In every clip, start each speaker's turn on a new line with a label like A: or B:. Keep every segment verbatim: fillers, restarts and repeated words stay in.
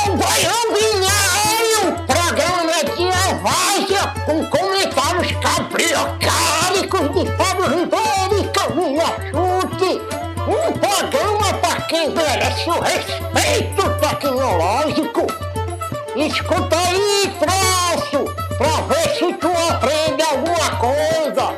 A: o Baião Binário, programa de Avásia, com comentários cabriocálicos de Fábio Ribeiro e Camila Chute. Um programa para quem merece o respeito tecnológico. Escuta aí, troço, pra ver se tu aprende alguma coisa.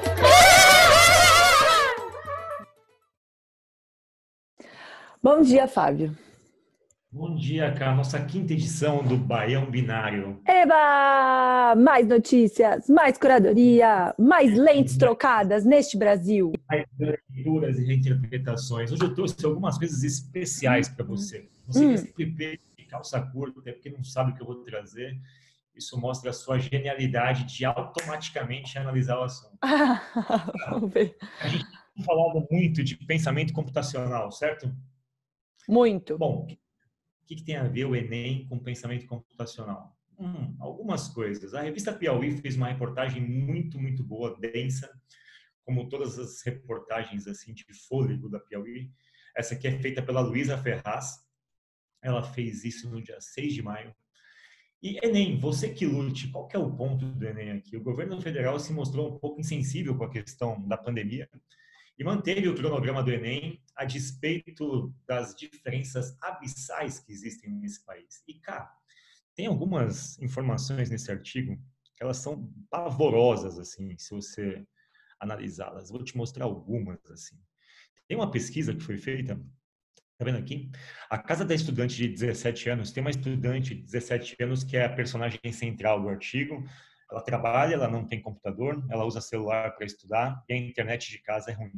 B: Bom dia, Fábio.
C: Bom dia, cara. Nossa quinta edição do Baião Binário.
B: Eba! Mais notícias, mais curadoria, mais lentes trocadas neste Brasil.
C: Mais leituras e reinterpretações. Hoje eu trouxe algumas coisas especiais para você. Você
B: Hum.
C: que sempre vê de calça curta, até porque não sabe o que eu vou trazer. Isso mostra a sua genialidade de automaticamente analisar o assunto.
B: Vamos ver.
C: A gente tem falado muito de pensamento computacional, certo?
B: Muito.
C: Bom, o que, que tem a ver o Enem com pensamento computacional? Hum, algumas coisas. A revista Piauí fez uma reportagem muito, muito boa, densa, como todas as reportagens assim de fôlego da Piauí. Essa aqui é feita pela Luísa Ferraz. Ela fez isso no dia seis de maio. E Enem, você que lute, qual que é o ponto do Enem aqui? O governo federal se mostrou um pouco insensível com a questão da pandemia e manteve o cronograma do Enem a despeito das diferenças abissais que existem nesse país. E, cá, tem algumas informações nesse artigo que elas são pavorosas, assim, se você analisá-las. Vou te mostrar algumas, assim. Tem uma pesquisa que foi feita, tá vendo aqui? A casa da estudante de dezessete anos, tem uma estudante de dezessete anos que é a personagem central do artigo. Ela trabalha, ela não tem computador, ela usa celular para estudar e a internet de casa é ruim.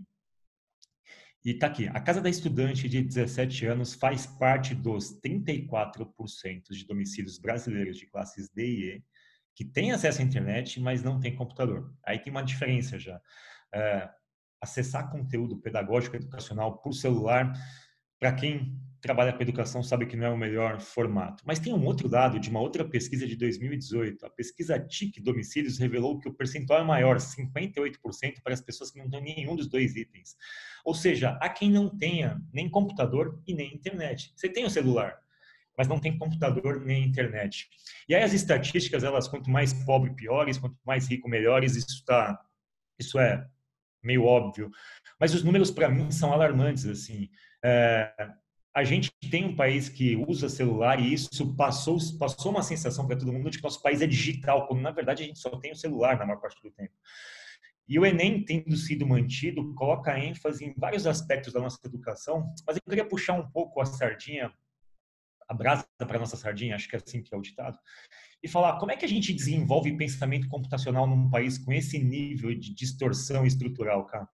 C: E tá aqui, a casa da estudante de dezessete anos faz parte dos trinta e quatro por cento de domicílios brasileiros de classes D e E que têm acesso à internet, mas não têm computador. Aí tem uma diferença já. É, acessar conteúdo pedagógico educacional por celular, para quem trabalha com educação sabe que não é o melhor formato. Mas tem um outro dado de uma outra pesquisa de dois mil e dezoito. A pesquisa T I C Domicílios revelou que o percentual é maior, cinquenta e oito por cento, para as pessoas que não têm nenhum dos dois itens. Ou seja, há quem não tenha nem computador e nem internet. Você tem o celular, mas não tem computador nem internet. E aí as estatísticas, elas quanto mais pobre, piores, quanto mais rico, melhores. Isso, tá, isso é meio óbvio. Mas os números, para mim, são alarmantes, assim. É, a gente tem um país que usa celular e isso passou, passou uma sensação para todo mundo de que nosso país é digital, quando na verdade a gente só tem o celular na maior parte do tempo. E o Enem, tendo sido mantido, coloca ênfase em vários aspectos da nossa educação, mas eu queria puxar um pouco a sardinha, a brasa para a nossa sardinha, acho que é assim que é o ditado, e falar como é que a gente desenvolve pensamento computacional num país com esse nível de distorção estrutural, cara?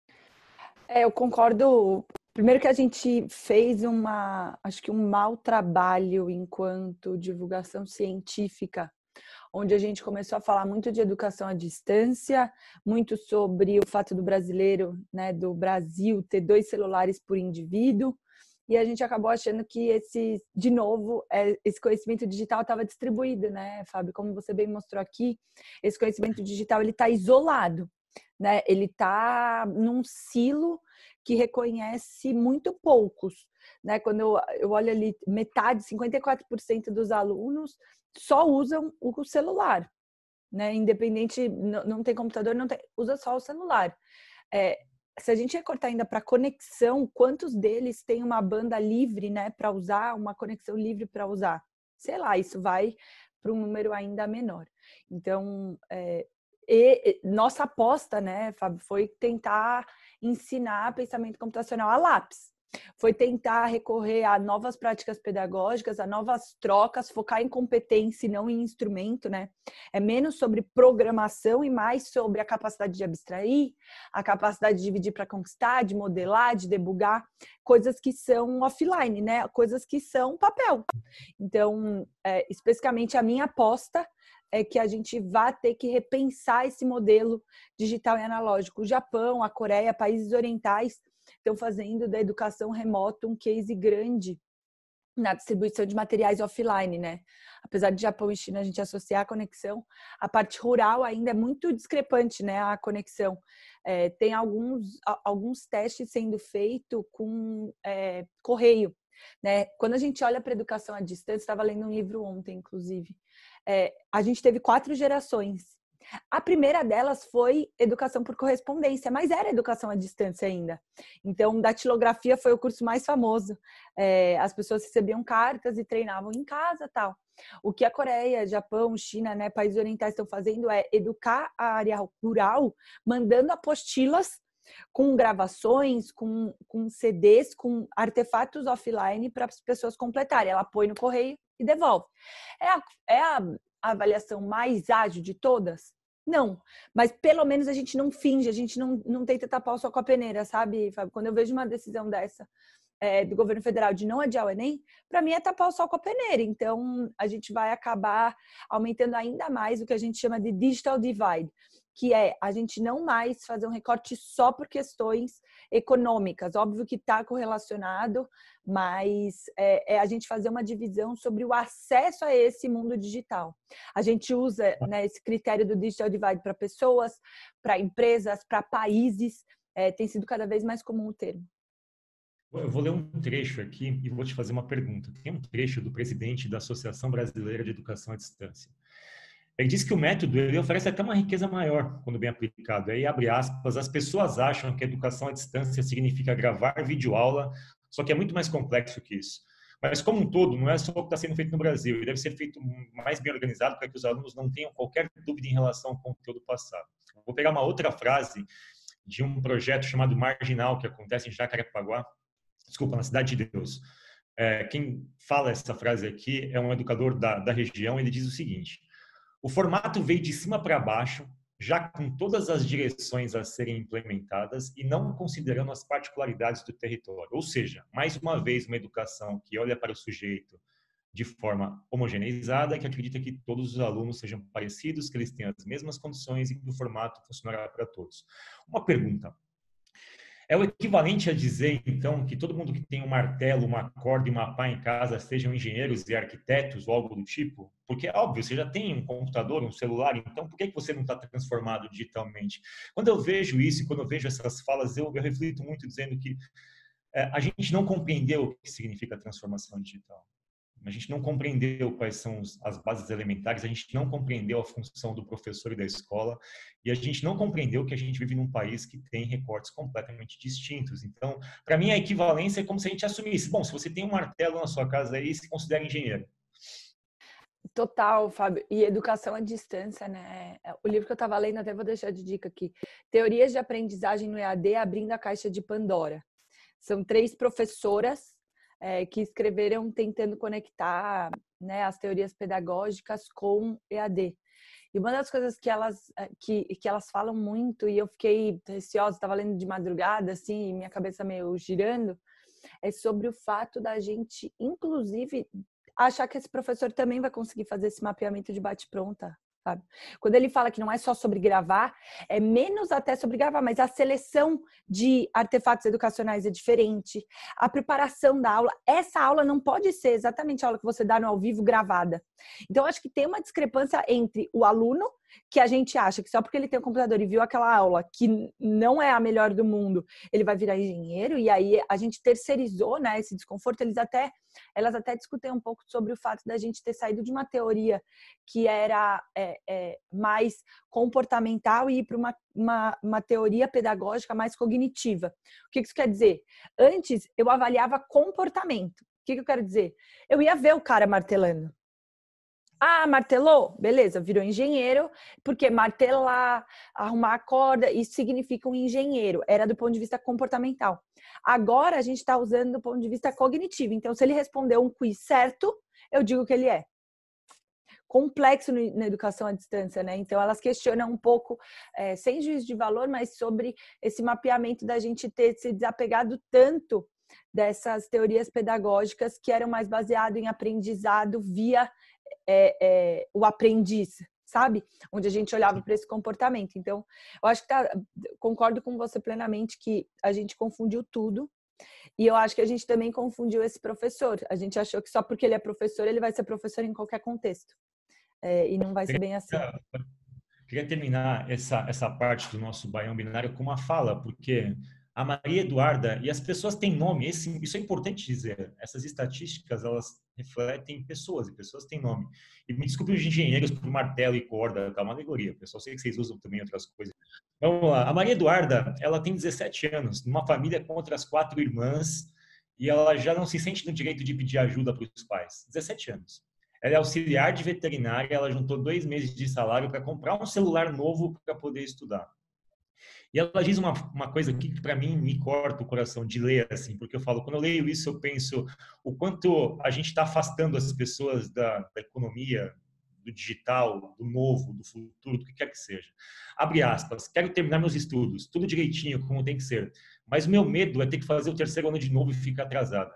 B: É, eu concordo. Primeiro que a gente fez uma, acho que um mau trabalho enquanto divulgação científica, onde a gente começou a falar muito de educação à distância, muito sobre o fato do brasileiro, né, do Brasil ter dois celulares por indivíduo, e a gente acabou achando que esse, de novo, esse conhecimento digital estava distribuído, né, Fábio? Como você bem mostrou aqui, esse conhecimento digital ele está isolado, né? Ele está num silo que reconhece muito poucos, né? Quando eu, eu olho ali, metade, cinquenta e quatro por cento dos alunos só usam o celular, né? Independente, não, não tem computador, não tem, usa só o celular. É, se a gente recortar ainda para conexão, quantos deles têm uma banda livre, né, para usar, uma conexão livre para usar? Sei lá, isso vai para um número ainda menor. Então, é, e nossa aposta, né, Fábio, foi tentar ensinar pensamento computacional a lápis. Foi tentar recorrer a novas práticas pedagógicas, a novas trocas, focar em competência e não em instrumento, né? É menos sobre programação e mais sobre a capacidade de abstrair, a capacidade de dividir para conquistar, de modelar, de debugar, coisas que são offline, né? Coisas que são papel. Então, é, especificamente a minha aposta é que a gente vai ter que repensar esse modelo digital e analógico. O Japão, a Coreia, países orientais estão fazendo da educação remota um case grande na distribuição de materiais offline, né? Apesar de Japão e China a gente associar a conexão, a parte rural ainda é muito discrepante, né? A conexão. É, tem alguns, alguns testes sendo feitos com é, correio. né? Quando a gente olha para a educação à distância, estava lendo um livro ontem, inclusive, é, a gente teve quatro gerações. A primeira delas foi educação por correspondência, mas era educação à distância ainda. Então, datilografia foi o curso mais famoso. É, as pessoas recebiam cartas e treinavam em casa, tal. O que a Coreia, Japão, China, né, países orientais estão fazendo é educar a área rural, mandando apostilas com gravações, com, com C Ds, com artefatos offline para as pessoas completarem. Ela põe no correio e devolve. É a, é a, a avaliação mais ágil de todas? Não, mas pelo menos a gente não finge, a gente não, não tenta tapar o sol com a peneira, sabe, Fábio? Quando eu vejo uma decisão dessa é, do governo federal de não adiar o Enem, para mim é tapar o sol com a peneira. Então, a gente vai acabar aumentando ainda mais o que a gente chama de digital divide, que é a gente não mais fazer um recorte só por questões econômicas. Óbvio que está correlacionado, mas é, é a gente fazer uma divisão sobre o acesso a esse mundo digital. A gente usa, né, esse critério do digital divide para pessoas, para empresas, para países. É, tem sido cada vez mais comum o termo.
C: Eu vou ler um trecho aqui e vou te fazer uma pergunta. Tem um trecho do presidente da Associação Brasileira de Educação à Distância. Ele diz que o método ele oferece até uma riqueza maior quando bem aplicado. Aí, abre aspas, as pessoas acham que a educação à distância significa gravar videoaula, só que é muito mais complexo que isso. Mas, como um todo, não é só o que está sendo feito no Brasil. E deve ser feito mais bem organizado para que os alunos não tenham qualquer dúvida em relação ao conteúdo passado. Vou pegar uma outra frase de um projeto chamado Marginal, que acontece em Jacarepaguá, desculpa, na Cidade de Deus. É, quem fala essa frase aqui é um educador da, da região. Ele diz o seguinte: o formato veio de cima para baixo, já com todas as direções a serem implementadas e não considerando as particularidades do território. Ou seja, mais uma vez, uma educação que olha para o sujeito de forma homogeneizada, que acredita que todos os alunos sejam parecidos, que eles tenham as mesmas condições e que o formato funcionará para todos. Uma pergunta. É o equivalente a dizer, então, que todo mundo que tem um martelo, uma corda e uma pá em casa sejam engenheiros e arquitetos ou algo do tipo? Porque, óbvio, você já tem um computador, um celular, então por que você não está transformado digitalmente? Quando eu vejo isso e quando eu vejo essas falas, eu, eu reflito muito dizendo que é, a gente não compreendeu o que significa transformação digital. A gente não compreendeu quais são as bases elementares, a gente não compreendeu a função do professor e da escola, e a gente não compreendeu que a gente vive num país que tem recortes completamente distintos. Então, para mim, a equivalência é como se a gente assumisse, bom, se você tem um martelo na sua casa aí, se considera engenheiro.
B: Total, Fábio. E educação à distância, né? O livro que eu estava lendo, até vou deixar de dica aqui. Teorias de aprendizagem no E A D, abrindo a caixa de Pandora. São três professoras É, que escreveram tentando conectar, né, as teorias pedagógicas com E A D. E uma das coisas que elas, que, que elas falam muito, e eu fiquei receosa, estava lendo de madrugada, assim, minha cabeça meio girando, é sobre o fato da gente, inclusive, achar que esse professor também vai conseguir fazer esse mapeamento de bate-pronta. Sabe? Quando ele fala que não é só sobre gravar, é menos até sobre gravar, mas a seleção de artefatos educacionais é diferente, a preparação da aula, essa aula não pode ser exatamente a aula que você dá no ao vivo gravada. Então, acho que tem uma discrepância entre o aluno, que a gente acha que só porque ele tem um computador e viu aquela aula que não é a melhor do mundo, ele vai virar engenheiro, e aí a gente terceirizou, né, esse desconforto. Eles até, elas até discutem um pouco sobre o fato da gente ter saído de uma teoria que era é, é, mais comportamental e ir para uma, uma, uma teoria pedagógica mais cognitiva. O que isso quer dizer? Antes, eu avaliava comportamento. O que eu quero dizer? Eu ia ver o cara martelando. Ah, martelou? Beleza, virou engenheiro, porque martelar, arrumar a corda, isso significa um engenheiro. Era do ponto de vista comportamental. Agora a gente está usando do ponto de vista cognitivo. Então, se ele respondeu um quiz certo, eu digo que ele é. Complexo na educação à distância, né? Então, elas questionam um pouco, é, sem juízo de valor, mas sobre esse mapeamento da gente ter se desapegado tanto dessas teorias pedagógicas que eram mais baseado em aprendizado via É, é, o aprendiz, sabe? Onde a gente olhava para esse comportamento. Então, eu acho que tá, concordo com você plenamente que a gente confundiu tudo, e eu acho que a gente também confundiu esse professor. A gente achou que só porque ele é professor, ele vai ser professor em qualquer contexto. É, e não vai ser bem assim.
C: Queria terminar essa, essa parte do nosso Baião Binário com uma fala, porque a Maria Eduarda, e as pessoas têm nome, esse, isso é importante dizer, essas estatísticas, elas refletem pessoas, e pessoas têm nome. E me desculpe os engenheiros por martelo e corda, tá uma alegoria, pessoal, sei que vocês usam também outras coisas. Vamos lá, a Maria Eduarda, ela tem dezessete anos, numa família com outras quatro irmãs, e ela já não se sente no direito de pedir ajuda para os pais. dezessete anos. Ela é auxiliar de veterinária, ela juntou dois meses de salário para comprar um celular novo para poder estudar. E ela diz uma, uma coisa aqui que para mim me corta o coração de ler, assim, porque eu falo, quando eu leio isso, eu penso o quanto a gente está afastando as pessoas da, da economia, do digital, do novo, do futuro, do que quer que seja. Abre aspas, quero terminar meus estudos, tudo direitinho, como tem que ser, mas o meu medo é ter que fazer o terceiro ano de novo e ficar atrasada.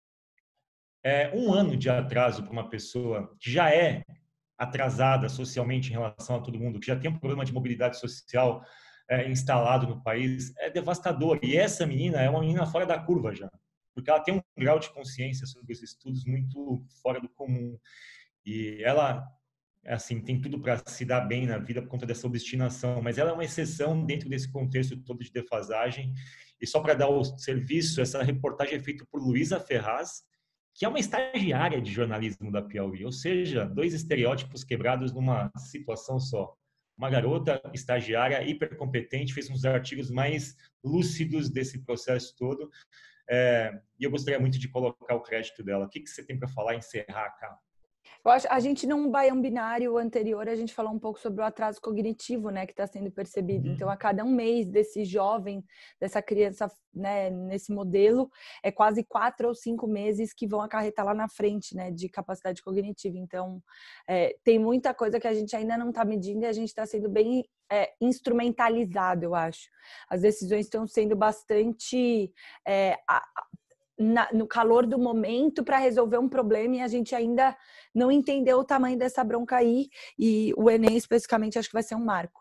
C: É, um ano de atraso para uma pessoa que já é atrasada socialmente em relação a todo mundo, que já tem um problema de mobilidade social é, instalado no país, é devastador. E essa menina é uma menina fora da curva já, porque ela tem um grau de consciência sobre os estudos muito fora do comum. E ela, assim, tem tudo para se dar bem na vida por conta dessa obstinação, mas ela é uma exceção dentro desse contexto todo de defasagem. E só para dar o serviço, essa reportagem é feita por Luísa Ferraz, que é uma estagiária de jornalismo da Piauí, ou seja, dois estereótipos quebrados numa situação só. Uma garota estagiária hipercompetente, fez um dos artigos mais lúcidos desse processo todo, é, e eu gostaria muito de colocar o crédito dela. O que, que você tem para falar e encerrar, cá?
B: Eu acho, a gente, num Baião Binário anterior, a gente falou um pouco sobre o atraso cognitivo, né, que está sendo percebido. Então, a cada um mês desse jovem, dessa criança, né, nesse modelo, é quase quatro ou cinco meses que vão acarretar lá na frente, né, de capacidade cognitiva. Então, é, tem muita coisa que a gente ainda não está medindo e a gente está sendo bem é, instrumentalizado, eu acho. As decisões estão sendo bastante... É, a, Na, no calor do momento para resolver um problema e a gente ainda não entendeu o tamanho dessa bronca aí, e o Enem especificamente acho que vai ser um marco.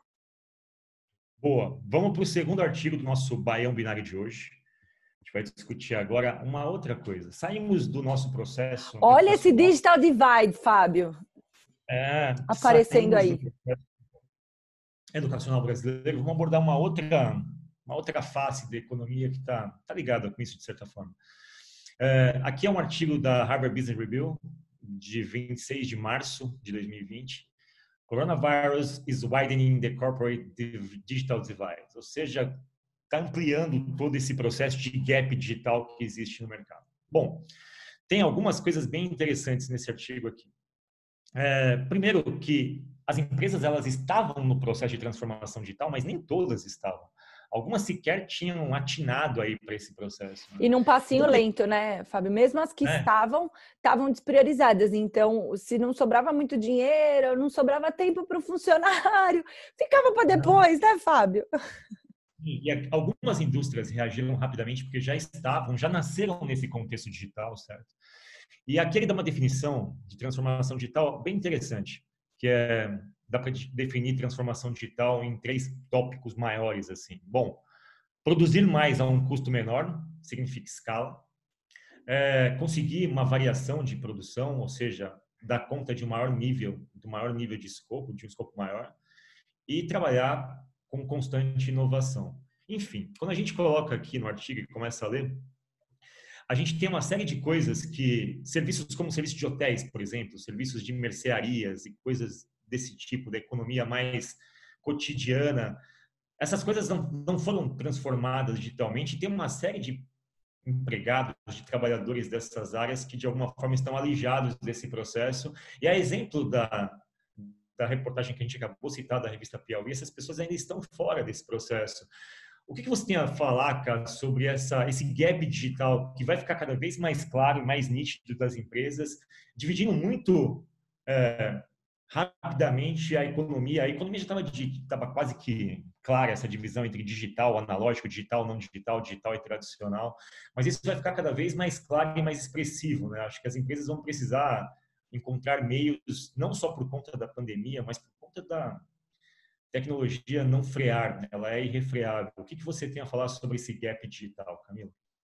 C: Boa, vamos para o segundo artigo do nosso Baião Binário de hoje. A gente vai discutir agora uma outra coisa. Saímos do nosso processo...
B: Olha esse digital divide, Fábio,
C: é,
B: aparecendo aí.
C: Educacional brasileiro. Vamos abordar uma outra, uma outra face da economia que está tá ligada com isso, de certa forma. É, aqui é um artigo da Harvard Business Review, de vinte e seis de março de dois mil e vinte. Coronavirus is widening the corporate digital divide. Ou seja, está ampliando todo esse processo de gap digital que existe no mercado. Bom, tem algumas coisas bem interessantes nesse artigo aqui. É, primeiro que as empresas elas estavam no processo de transformação digital, mas nem todas estavam. Algumas sequer tinham atinado aí para esse processo. Né?
B: E num passinho
C: então,
B: lento, né, Fábio? Mesmo as que
C: é.
B: estavam, estavam despriorizadas. Então, se não sobrava muito dinheiro, não sobrava tempo para o funcionário, ficava para depois, não. né, Fábio?
C: E, e algumas indústrias reagiram rapidamente porque já estavam, já nasceram nesse contexto digital, certo? E aqui ele dá uma definição de transformação digital bem interessante, que é... dá para definir transformação digital em três tópicos maiores, assim. Bom, produzir mais a um custo menor, significa escala. É, conseguir uma variação de produção, ou seja, dar conta de um maior nível, do maior nível de escopo, de um escopo maior. E trabalhar com constante inovação. Enfim, quando a gente coloca aqui no artigo e começa a ler, a gente tem uma série de coisas que, serviços como serviços de hotéis, por exemplo, serviços de mercearias e coisas desse tipo, da economia mais cotidiana, essas coisas não, não foram transformadas digitalmente. Tem uma série de empregados, de trabalhadores dessas áreas que, de alguma forma, estão alijados desse processo. E a exemplo da, da reportagem que a gente acabou de citar, da revista Piauí, essas pessoas ainda estão fora desse processo. O que você tem a falar, cara, sobre essa, esse gap digital que vai ficar cada vez mais claro e mais nítido das empresas, dividindo muito... É, rapidamente a economia, a economia já estava estava quase que clara, essa divisão entre digital, analógico, digital, não digital, digital e tradicional, mas isso vai ficar cada vez mais claro e mais expressivo, né? Acho que as empresas vão precisar encontrar meios, não só por conta da pandemia, mas por conta da tecnologia não frear, né? Ela é irrefreável. O que que você tem a falar sobre esse gap digital, Camila?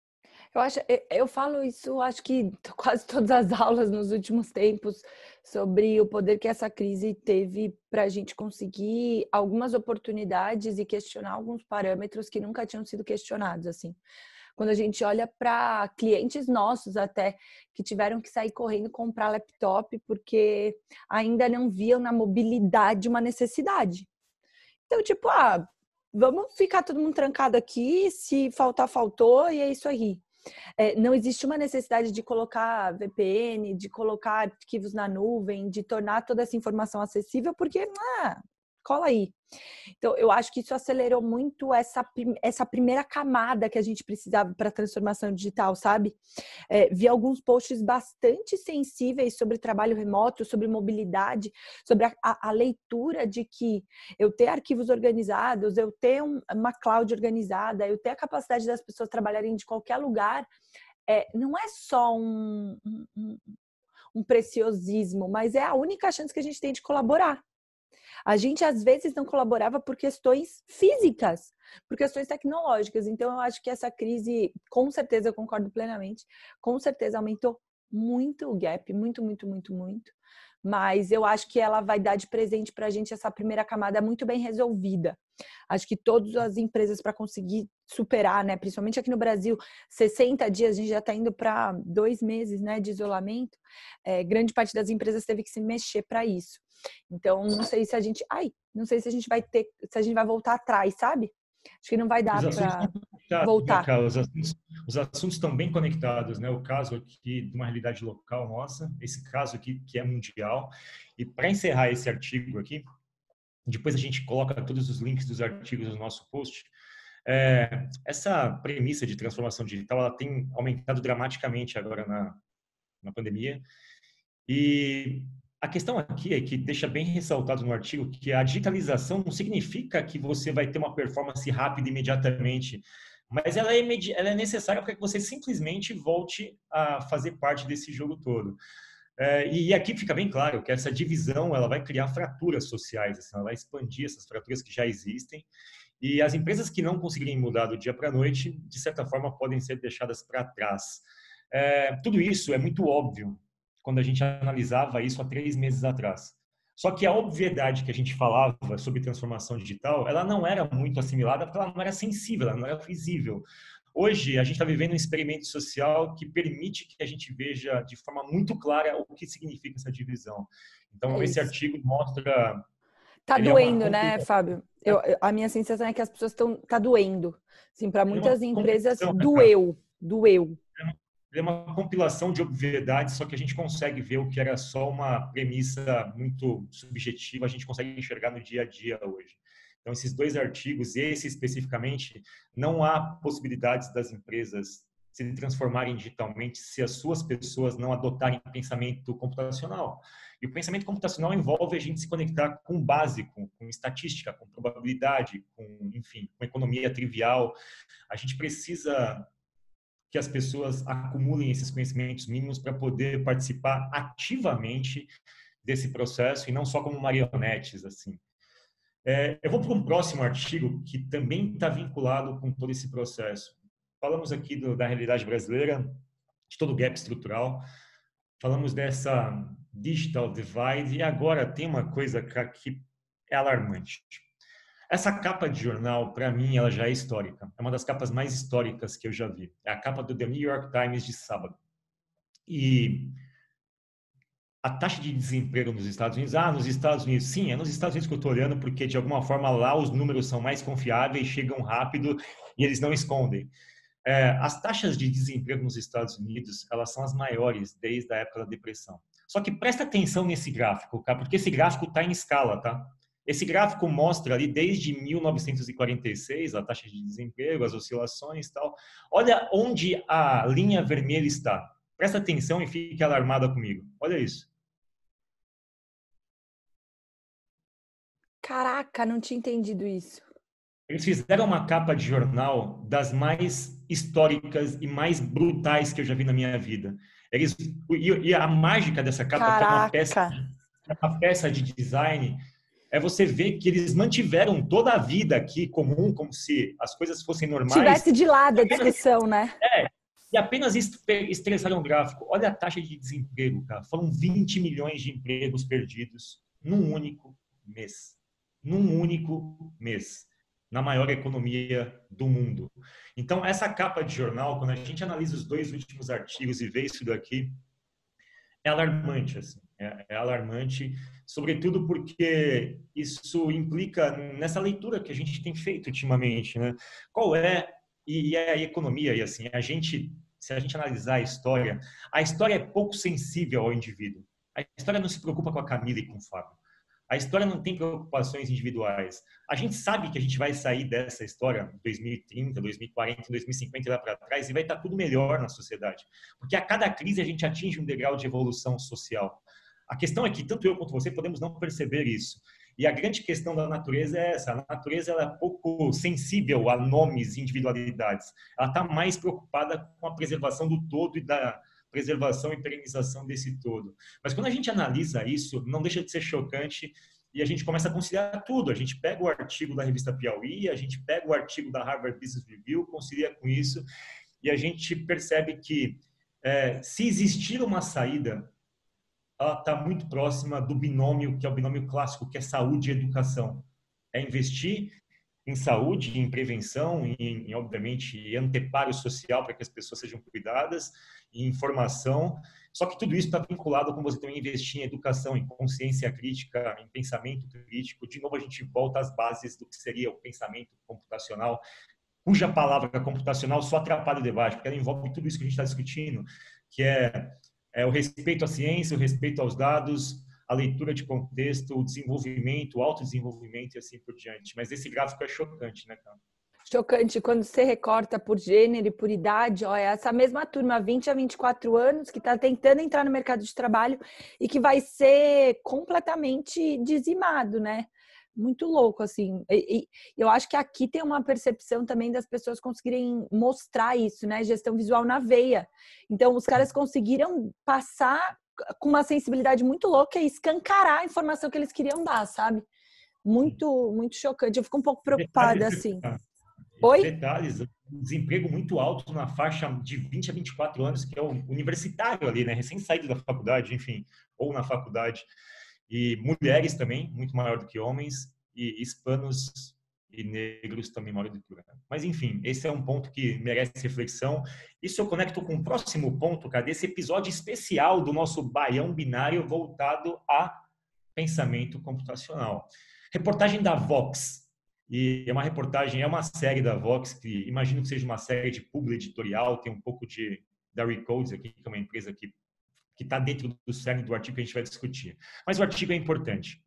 B: Eu acho, eu, eu falo isso, acho que quase todas as aulas nos últimos tempos sobre o poder que essa crise teve para a gente conseguir algumas oportunidades e questionar alguns parâmetros que nunca tinham sido questionados, assim. Quando a gente olha para clientes nossos até, que tiveram que sair correndo comprar laptop porque ainda não viam na mobilidade uma necessidade. Então, tipo, ah, vamos ficar todo mundo trancado aqui, se faltar, faltou, e é isso aí. É, não existe uma necessidade de colocar V P N, de colocar arquivos na nuvem, de tornar toda essa informação acessível, porque, ah, cola aí. Então, eu acho que isso acelerou muito essa, essa primeira camada que a gente precisava para a transformação digital, sabe? É, vi alguns posts bastante sensíveis sobre trabalho remoto, sobre mobilidade, sobre a, a, a leitura de que eu ter arquivos organizados, eu ter um, uma cloud organizada, eu ter a capacidade das pessoas trabalharem de qualquer lugar, é, não é só um, um, um preciosismo, mas é a única chance que a gente tem de colaborar. A gente, às vezes, não colaborava por questões físicas, por questões tecnológicas. Então, eu acho que essa crise, com certeza, eu concordo plenamente, com certeza aumentou muito o gap, muito, muito, muito, muito. Mas eu acho que ela vai dar de presente para a gente essa primeira camada muito bem resolvida. Acho que todas as empresas, para conseguir superar, né, principalmente aqui no Brasil, sessenta dias, a gente já está indo para dois meses, né, de isolamento. É, grande parte das empresas teve que se mexer para isso. Então, não sei se a gente, ai, não sei se a gente vai ter, se a gente vai voltar atrás, sabe? Acho que não vai dar para voltar.
C: Né, Carla? Os assuntos, os assuntos estão bem conectados, né? O caso aqui de uma realidade local nossa, esse caso aqui que é mundial. E para encerrar esse artigo aqui, depois a gente coloca todos os links dos artigos no nosso post. É, essa premissa de transformação digital, ela tem aumentado dramaticamente agora na, na pandemia. E a questão aqui é que deixa bem ressaltado no artigo que a digitalização não significa que você vai ter uma performance rápida imediatamente, mas ela é, ela é necessária para que você simplesmente volte a fazer parte desse jogo todo. É, e aqui fica bem claro que essa divisão ela vai criar fraturas sociais, assim, ela vai expandir essas fraturas que já existem, e as empresas que não conseguirem mudar do dia para a noite, de certa forma, podem ser deixadas para trás. É, tudo isso é muito óbvio quando a gente analisava isso há três meses atrás. Só que a obviedade que a gente falava sobre transformação digital, ela não era muito assimilada porque ela não era sensível, ela não era visível. Hoje, a gente está vivendo um experimento social que permite que a gente veja de forma muito clara o que significa essa divisão. Então, é esse artigo mostra...
B: Tá doendo, é né, Fábio? Eu, a minha sensação é que as pessoas estão... Tá doendo. Assim, para muitas empresas, doeu. Doeu.
C: Ele é uma compilação de obviedades, só que a gente consegue ver o que era só uma premissa muito subjetiva, a gente consegue enxergar no dia a dia hoje. Então, esses dois artigos, esse especificamente, não há possibilidades das empresas se transformarem digitalmente se as suas pessoas não adotarem pensamento computacional. E o pensamento computacional envolve a gente se conectar com o básico, com estatística, com probabilidade, com, enfim, com economia trivial. A gente precisa que as pessoas acumulem esses conhecimentos mínimos para poder participar ativamente desse processo e não só como marionetes, assim. É, eu vou para um próximo artigo que também está vinculado com todo esse processo. Falamos aqui do, da realidade brasileira, de todo o gap estrutural, falamos dessa digital divide e agora tem uma coisa que é alarmante. Essa capa de jornal, para mim, ela já é histórica. É uma das capas mais históricas que eu já vi. É a capa do The New York Times de sábado. E a taxa de desemprego nos Estados Unidos, ah, nos Estados Unidos, sim, é nos Estados Unidos que eu estou olhando, porque de alguma forma lá os números são mais confiáveis, chegam rápido e eles não escondem. É, as taxas de desemprego nos Estados Unidos, elas são as maiores desde a época da depressão. Só que presta atenção nesse gráfico, tá? Porque esse gráfico está em escala, tá? Esse gráfico mostra ali desde mil novecentos e quarenta e seis a taxa de desemprego, as oscilações e tal. Olha onde a linha vermelha está. Presta atenção e fique alarmada comigo. Olha isso.
B: Caraca, não tinha entendido isso.
C: Eles fizeram uma capa de jornal das mais históricas e mais brutais que eu já vi na minha vida. Eles, e a mágica dessa capa, que é uma peça, uma peça de design, é você ver que eles mantiveram toda a vida aqui comum, como se as coisas fossem normais.
B: Tivesse de lado a discussão, né?
C: É, E apenas estressaram o gráfico. Olha a taxa de desemprego, cara. Foram vinte milhões de empregos perdidos num único mês. Num único mês. Na maior economia do mundo. Então, essa capa de jornal, quando a gente analisa os dois últimos artigos e vê isso daqui, é alarmante, assim. É, é alarmante, sobretudo porque isso implica nessa leitura que a gente tem feito ultimamente, né? Qual é e, e a economia, e assim, a gente, se a gente analisar a história, a história é pouco sensível ao indivíduo. A história não se preocupa com a Camila e com o Fábio. A história não tem preocupações individuais. A gente sabe que a gente vai sair dessa história em dois mil e trinta, dois mil e quarenta, dois mil e cinquenta e lá para trás e vai estar tudo melhor na sociedade. Porque a cada crise a gente atinge um degrau de evolução social. A questão é que tanto eu quanto você podemos não perceber isso. E a grande questão da natureza é essa. A natureza ela é pouco sensível a nomes e individualidades. Ela está mais preocupada com a preservação do todo e da preservação e perenização desse todo. Mas quando a gente analisa isso, não deixa de ser chocante e a gente começa a conciliar tudo. A gente pega o artigo da revista Piauí, a gente pega o artigo da Harvard Business Review, concilia com isso e a gente percebe que é, se existir uma saída, ela está muito próxima do binômio, que é o binômio clássico, que é saúde e educação. É investir em saúde, em prevenção, em, em obviamente, em anteparo social para que as pessoas sejam cuidadas, em informação. Só que tudo isso está vinculado com você também investir em educação, em consciência crítica, em pensamento crítico. De novo, a gente volta às bases do que seria o pensamento computacional, cuja palavra computacional só atrapalha o debate, porque ela envolve tudo isso que a gente está discutindo, que é, é o respeito à ciência, o respeito aos dados, a leitura de contexto, o desenvolvimento, o autodesenvolvimento e assim por diante. Mas esse gráfico é chocante, né, cara?
B: Chocante. Quando você recorta por gênero e por idade, ó, é essa mesma turma, vinte a vinte e quatro anos, que está tentando entrar no mercado de trabalho e que vai ser completamente dizimado, né? Muito louco, assim. E, e eu acho que aqui tem uma percepção também das pessoas conseguirem mostrar isso, né? Gestão visual na veia. Então, os caras conseguiram passar com uma sensibilidade muito louca e escancarar a informação que eles queriam dar, sabe? Muito, muito chocante. Eu fico um pouco preocupada,
C: Detalhes,
B: assim.
C: Oi? Detalhes, desemprego muito alto na faixa de vinte a vinte e quatro anos, que é o universitário ali, né? Recém-saído da faculdade, enfim, ou na faculdade. E mulheres também, muito maior do que homens, e hispanos e negros também maior do que homens. Mas, enfim, esse é um ponto que merece reflexão. Isso eu conecto com o próximo ponto, cara, desse episódio especial do nosso Baião Binário voltado a pensamento computacional. Reportagem da Vox. E é uma reportagem, é uma série da Vox, que imagino que seja uma série de publi editorial, tem um pouco de da Recodes aqui, que é uma empresa que que está dentro do cerne do artigo que a gente vai discutir. Mas o artigo é importante.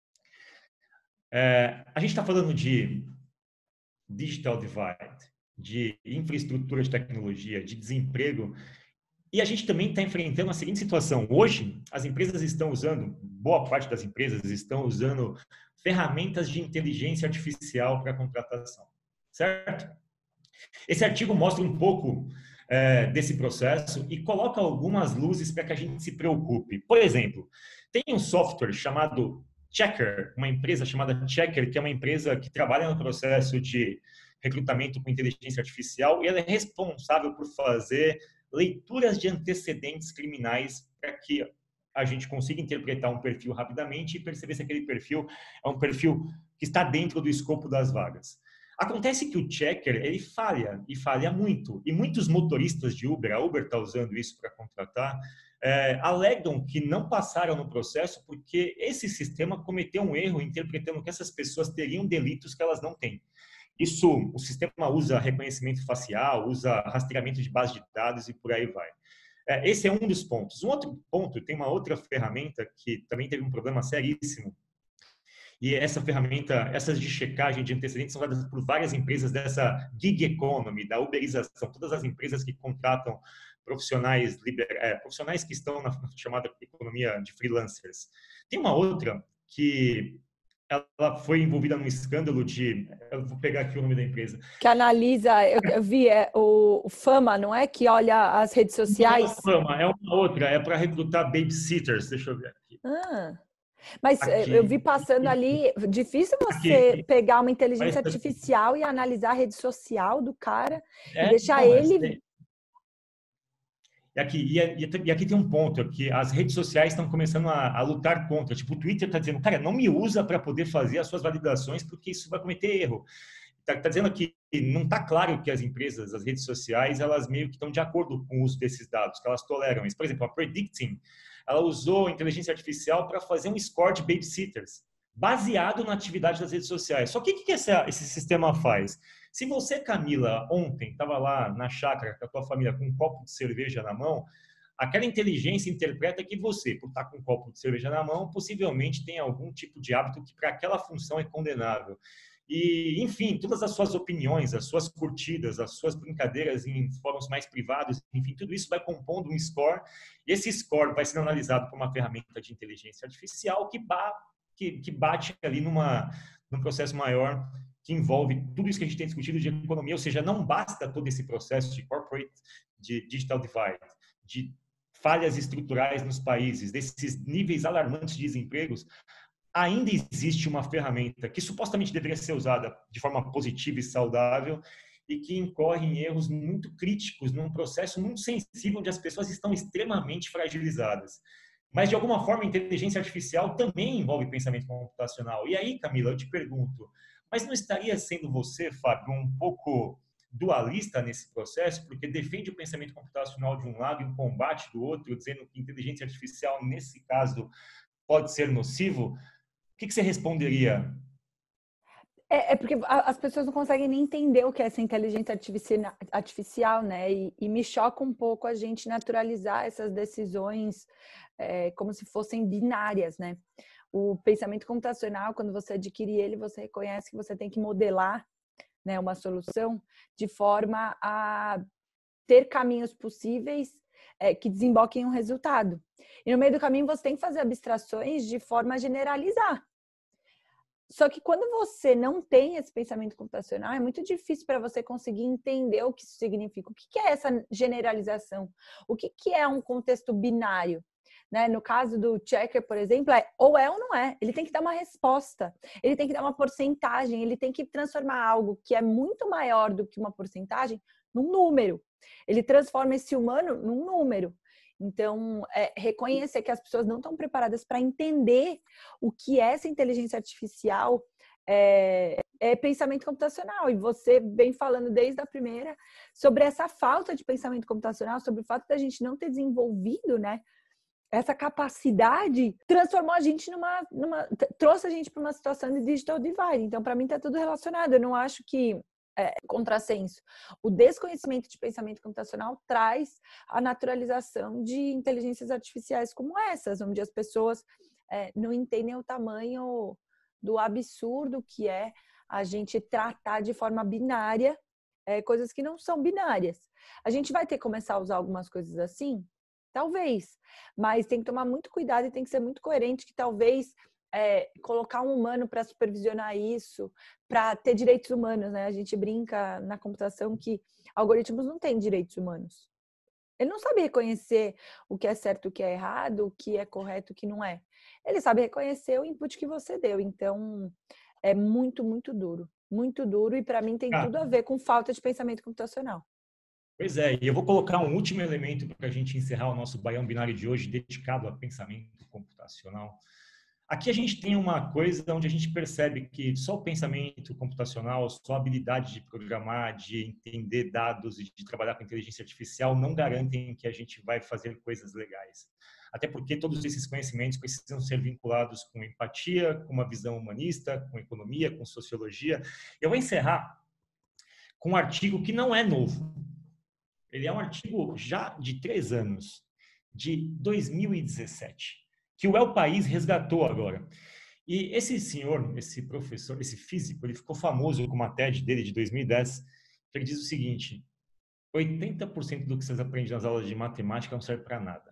C: É, a gente está falando de digital divide, de infraestrutura de tecnologia, de desemprego, e a gente também está enfrentando a seguinte situação. Hoje, as empresas estão usando, boa parte das empresas estão usando ferramentas de inteligência artificial para contratação, certo? Esse artigo mostra um pouco é, desse processo e coloca algumas luzes para que a gente se preocupe. Por exemplo, tem um software chamado Checkr, uma empresa chamada Checkr, que é uma empresa que trabalha no processo de recrutamento com inteligência artificial e ela é responsável por fazer leituras de antecedentes criminais para que a gente consiga interpretar um perfil rapidamente e perceber se aquele perfil é um perfil que está dentro do escopo das vagas. Acontece que o Checkr, ele falha, e falha muito. E muitos motoristas de Uber, a Uber está usando isso para contratar, é, alegam que não passaram no processo porque esse sistema cometeu um erro interpretando que essas pessoas teriam delitos que elas não têm. Isso, o sistema usa reconhecimento facial, usa rastreamento de base de dados e por aí vai. É, esse é um dos pontos. Um outro ponto, tem uma outra ferramenta que também teve um problema seríssimo. E essa ferramenta, essas de checagem de antecedentes são dadas por várias empresas dessa gig economy, da uberização. Todas as empresas que contratam profissionais, liber, é, profissionais que estão na chamada economia de freelancers. Tem uma outra que ela foi envolvida num escândalo de... Eu vou pegar aqui o nome da empresa.
B: Que analisa, eu vi, é o Fama, não é? Que olha as redes sociais.
C: Não é Fama, é uma outra, é para recrutar babysitters. Deixa eu ver aqui.
B: Ah. Mas
C: aqui,
B: eu vi passando ali, difícil você
C: aqui,
B: pegar uma inteligência
C: mas,
B: artificial e analisar a rede social do cara
C: é,
B: e deixar
C: não,
B: ele...
C: Tem, E aqui, e aqui tem um ponto, que as redes sociais estão começando a, a lutar contra. Tipo, o Twitter está dizendo, cara, não me usa para poder fazer as suas validações, porque isso vai cometer erro. Está tá dizendo que não está claro que as empresas, as redes sociais, elas meio que estão de acordo com o uso desses dados, que elas toleram isso. Por exemplo, a Predicting, ela usou inteligência artificial para fazer um score de babysitters, baseado na atividade das redes sociais. Só que o que, que esse, esse sistema faz? Se você, Camila, ontem estava lá na chácara com a tua família com um copo de cerveja na mão, aquela inteligência interpreta que você, por estar com um copo de cerveja na mão, possivelmente tem algum tipo de hábito que para aquela função é condenável. E, enfim, todas as suas opiniões, as suas curtidas, as suas brincadeiras em fóruns mais privados, enfim, tudo isso vai compondo um score. E esse score vai ser analisado por uma ferramenta de inteligência artificial que, ba que, que bate ali numa, num processo maior que envolve tudo isso que a gente tem discutido de economia, ou seja, não basta todo esse processo de corporate, de digital divide, de falhas estruturais nos países, desses níveis alarmantes de desempregos, ainda existe uma ferramenta que supostamente deveria ser usada de forma positiva e saudável e que incorre em erros muito críticos num processo muito sensível onde as pessoas estão extremamente fragilizadas. Mas, de alguma forma, a inteligência artificial também envolve pensamento computacional. E aí, Camila, eu te pergunto, mas não estaria sendo você, Fábio, um pouco dualista nesse processo, porque defende o pensamento computacional de um lado e o combate do outro, dizendo que inteligência artificial, nesse caso, pode ser nocivo? O que, que você responderia?
B: É, é porque as pessoas não conseguem nem entender o que é essa inteligência artificial, artificial né? E, e me choca um pouco a gente naturalizar essas decisões é, como se fossem binárias, né? O pensamento computacional, quando você adquire ele, você reconhece que você tem que modelar, né, uma solução de forma a ter caminhos possíveis é, que desemboquem um resultado. E no meio do caminho você tem que fazer abstrações de forma a generalizar. Só que quando você não tem esse pensamento computacional, é muito difícil para você conseguir entender o que isso significa. O que é essa generalização? O que é um contexto binário? Né? No caso do checker, por exemplo, é ou é ou não é. Ele tem que dar uma resposta, ele tem que dar uma porcentagem, ele tem que transformar algo que é muito maior do que uma porcentagem num número. Ele transforma esse humano num número. Então, é, reconhecer que as pessoas não estão preparadas para entender o que é essa inteligência artificial é, é pensamento computacional. E você vem falando desde a primeira sobre essa falta de pensamento computacional, sobre o fato da gente não ter desenvolvido, né? Essa capacidade transformou a gente numa, numa trouxe a gente para uma situação de digital divide. Então, para mim, está tudo relacionado. Eu não acho que é contrassenso. O desconhecimento de pensamento computacional traz a naturalização de inteligências artificiais como essas, onde as pessoas é, não entendem o tamanho do absurdo que é a gente tratar de forma binária é, coisas que não são binárias. A gente vai ter que começar a usar algumas coisas assim? Talvez, mas tem que tomar muito cuidado e tem que ser muito coerente que talvez é, colocar um humano para supervisionar isso, para ter direitos humanos, né? A gente brinca na computação que algoritmos não têm direitos humanos. Ele não sabe reconhecer o que é certo, o que é errado, o que é correto, o que não é. Ele sabe reconhecer o input que você deu. Então, é muito, muito duro. Muito duro e para mim tem
C: Ah.
B: tudo a ver com falta de pensamento computacional.
C: Pois é, e eu vou colocar um último elemento para a gente encerrar o nosso Baião Binário de hoje, dedicado a pensamento computacional. Aqui a gente tem uma coisa onde a gente percebe que só o pensamento computacional, só a habilidade de programar, de entender dados e de trabalhar com inteligência artificial não garantem que a gente vai fazer coisas legais. Até porque todos esses conhecimentos precisam ser vinculados com empatia, com uma visão humanista, com economia, com sociologia. Eu vou encerrar com um artigo que não é novo. Ele é um artigo já de três anos, de dois mil e dezessete, que o El País resgatou agora. E esse senhor, esse professor, esse físico, ele ficou famoso com uma TED dele de dois mil e dez, que ele diz o seguinte: oitenta por cento do que vocês aprendem nas aulas de matemática não serve para nada.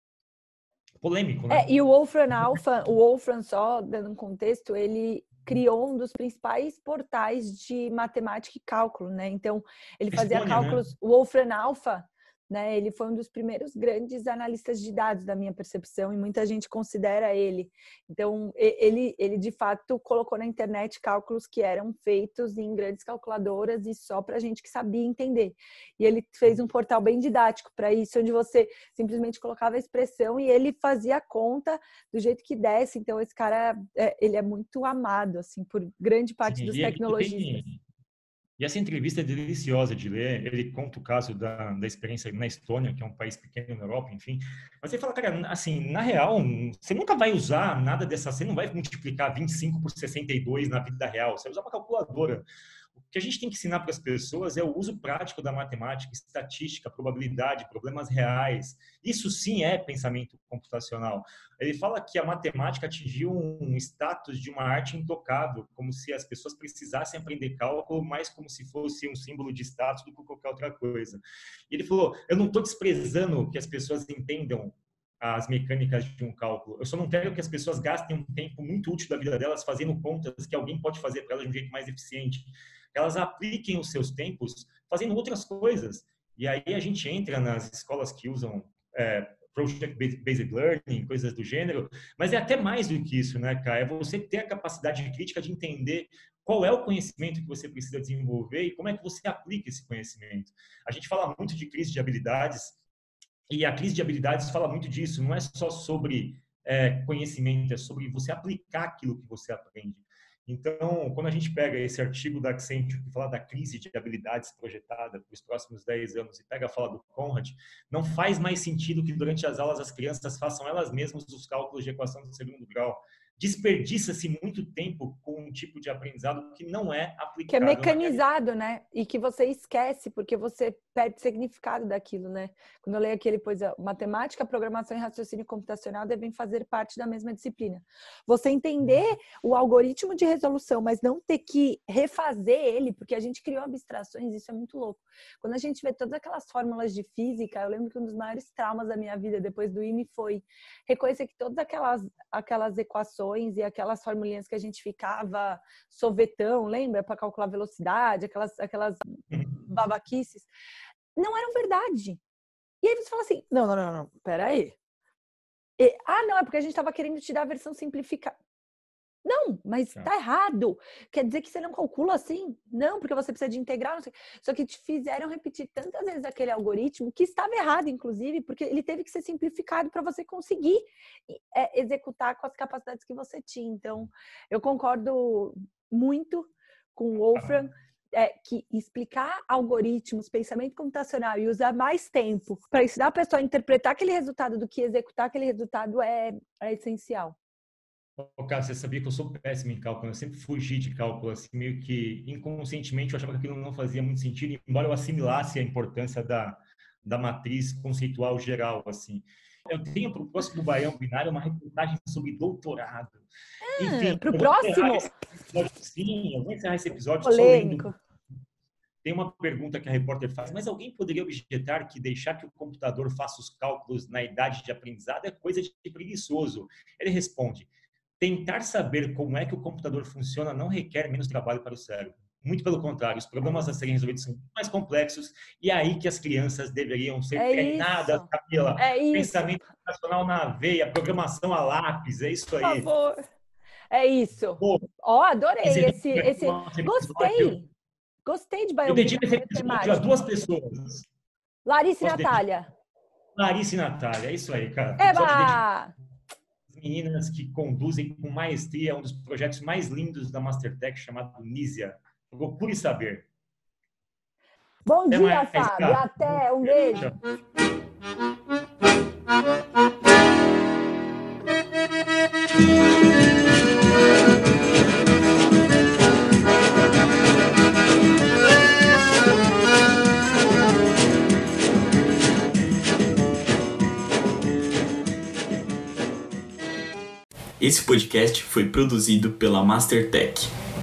C: Polêmico, né?
B: É, e o Wolfram Alpha, o Wolfram, só dando um contexto, ele criou um dos principais portais de matemática e cálculo, né? Então, ele fazia
C: Estônia,
B: cálculos,
C: né?
B: o Wolfram Alpha, né? Ele foi um dos primeiros grandes analistas de dados, da minha percepção, e muita gente considera ele. Então, ele, ele de fato colocou na internet cálculos que eram feitos em grandes calculadoras e só para gente que sabia entender. E ele fez um portal bem didático para isso, onde você simplesmente colocava a expressão e ele fazia a conta do jeito que desse. Então, esse cara, ele é muito amado, assim, por grande parte Sim, dos tecnologistas.
C: E essa entrevista é deliciosa de ler. Ele conta o caso da, da experiência na Estônia, que é um país pequeno na Europa, enfim. Mas ele fala, cara, assim, na real, você nunca vai usar nada dessa... Você não vai multiplicar vinte e cinco por sessenta e dois na vida real. Você vai usar uma calculadora. O que a gente tem que ensinar para as pessoas é o uso prático da matemática, estatística, probabilidade, problemas reais. Isso sim é pensamento computacional. Ele fala que a matemática atingiu um status de uma arte intocável, como se as pessoas precisassem aprender cálculo mais como se fosse um símbolo de status do que qualquer outra coisa. E ele falou, eu não estou desprezando que as pessoas entendam as mecânicas de um cálculo. Eu só não quero que as pessoas gastem um tempo muito útil da vida delas fazendo contas que alguém pode fazer para elas de um jeito mais eficiente. Elas apliquem os seus tempos fazendo outras coisas. E aí a gente entra nas escolas que usam é, Project-Based Learning, coisas do gênero, mas é até mais do que isso, né, cara? É você ter a capacidade crítica de entender qual é o conhecimento que você precisa desenvolver e como é que você aplica esse conhecimento. A gente fala muito de crise de habilidades, e a crise de habilidades fala muito disso. Não é só sobre é, conhecimento, é sobre você aplicar aquilo que você aprende. Então, quando a gente pega esse artigo da Accenture que fala da crise de habilidades projetada para os próximos dez anos e pega a fala do Conrad, não faz mais sentido que durante as aulas as crianças façam elas mesmas os cálculos de equação de segundo grau. Desperdiça-se muito tempo com um tipo de aprendizado que não é aplicado.
B: Que é mecanizado, né? E que você esquece, porque você perde o significado daquilo, né? Quando eu leio aquele, pois, matemática, programação e raciocínio computacional devem fazer parte da mesma disciplina. Você entender o algoritmo de resolução, mas não ter que refazer ele, porque a gente criou abstrações, isso é muito louco. Quando a gente vê todas aquelas fórmulas de física, eu lembro que um dos maiores traumas da minha vida depois do I M E foi reconhecer que todas aquelas, aquelas equações e aquelas formulinhas que a gente ficava sorvetão, lembra? Para calcular velocidade, aquelas, aquelas babaquices, não eram verdade. E aí você fala assim, não, não, não, não, peraí. E, ah, não, é porque a gente estava querendo te dar a versão simplificada. Não, mas tá errado. Quer dizer que você não calcula assim? Não, porque você precisa de integral. Não sei. Só que te fizeram repetir tantas vezes aquele algoritmo que estava errado, inclusive, porque ele teve que ser simplificado para você conseguir é, executar com as capacidades que você tinha. Então, eu concordo muito com o Wolfram, é, que explicar algoritmos, pensamento computacional e usar mais tempo para ensinar a pessoa a interpretar aquele resultado do que executar aquele resultado é, é essencial.
C: Oh, cara, você sabia que eu sou péssimo em cálculo? Eu sempre fugi de cálculo, assim, meio que inconscientemente eu achava que aquilo não fazia muito sentido, embora eu assimilasse a importância da, da matriz conceitual geral, assim. Eu tenho para o próximo Baião Binário uma reportagem sobre doutorado.
B: Ah, Enfim, para o próximo?
C: Sim, eu vou encerrar esse episódio
B: polêmico.
C: Só lendo. Tem uma pergunta que a repórter faz, mas alguém poderia objetar que deixar que o computador faça os cálculos na idade de aprendizado é coisa de preguiçoso? Ele responde, tentar saber como é que o computador funciona não requer menos trabalho para o cérebro. Muito pelo contrário, os problemas a serem resolvidos são mais complexos e é aí que as crianças deveriam ser
B: é
C: treinadas,
B: isso.
C: Camila.
B: É isso.
C: Pensamento computacional na veia, programação a lápis, é isso aí.
B: Por favor. É isso. Ó, oh, adorei esse... esse... Gostei. Gostei de Baião.
C: Eu dedico esse episódio a duas pessoas.
B: Larissa e Natália.
C: Larissa e Natália, é isso aí, cara.
B: Eba!
C: Meninas que conduzem com maestria um dos projetos mais lindos da Mastertech, chamado Nízia. Procure saber.
B: Bom Até dia, mais, Fábio. Cara. Até. Um beijo.
D: Esse podcast foi produzido pela Mastertech.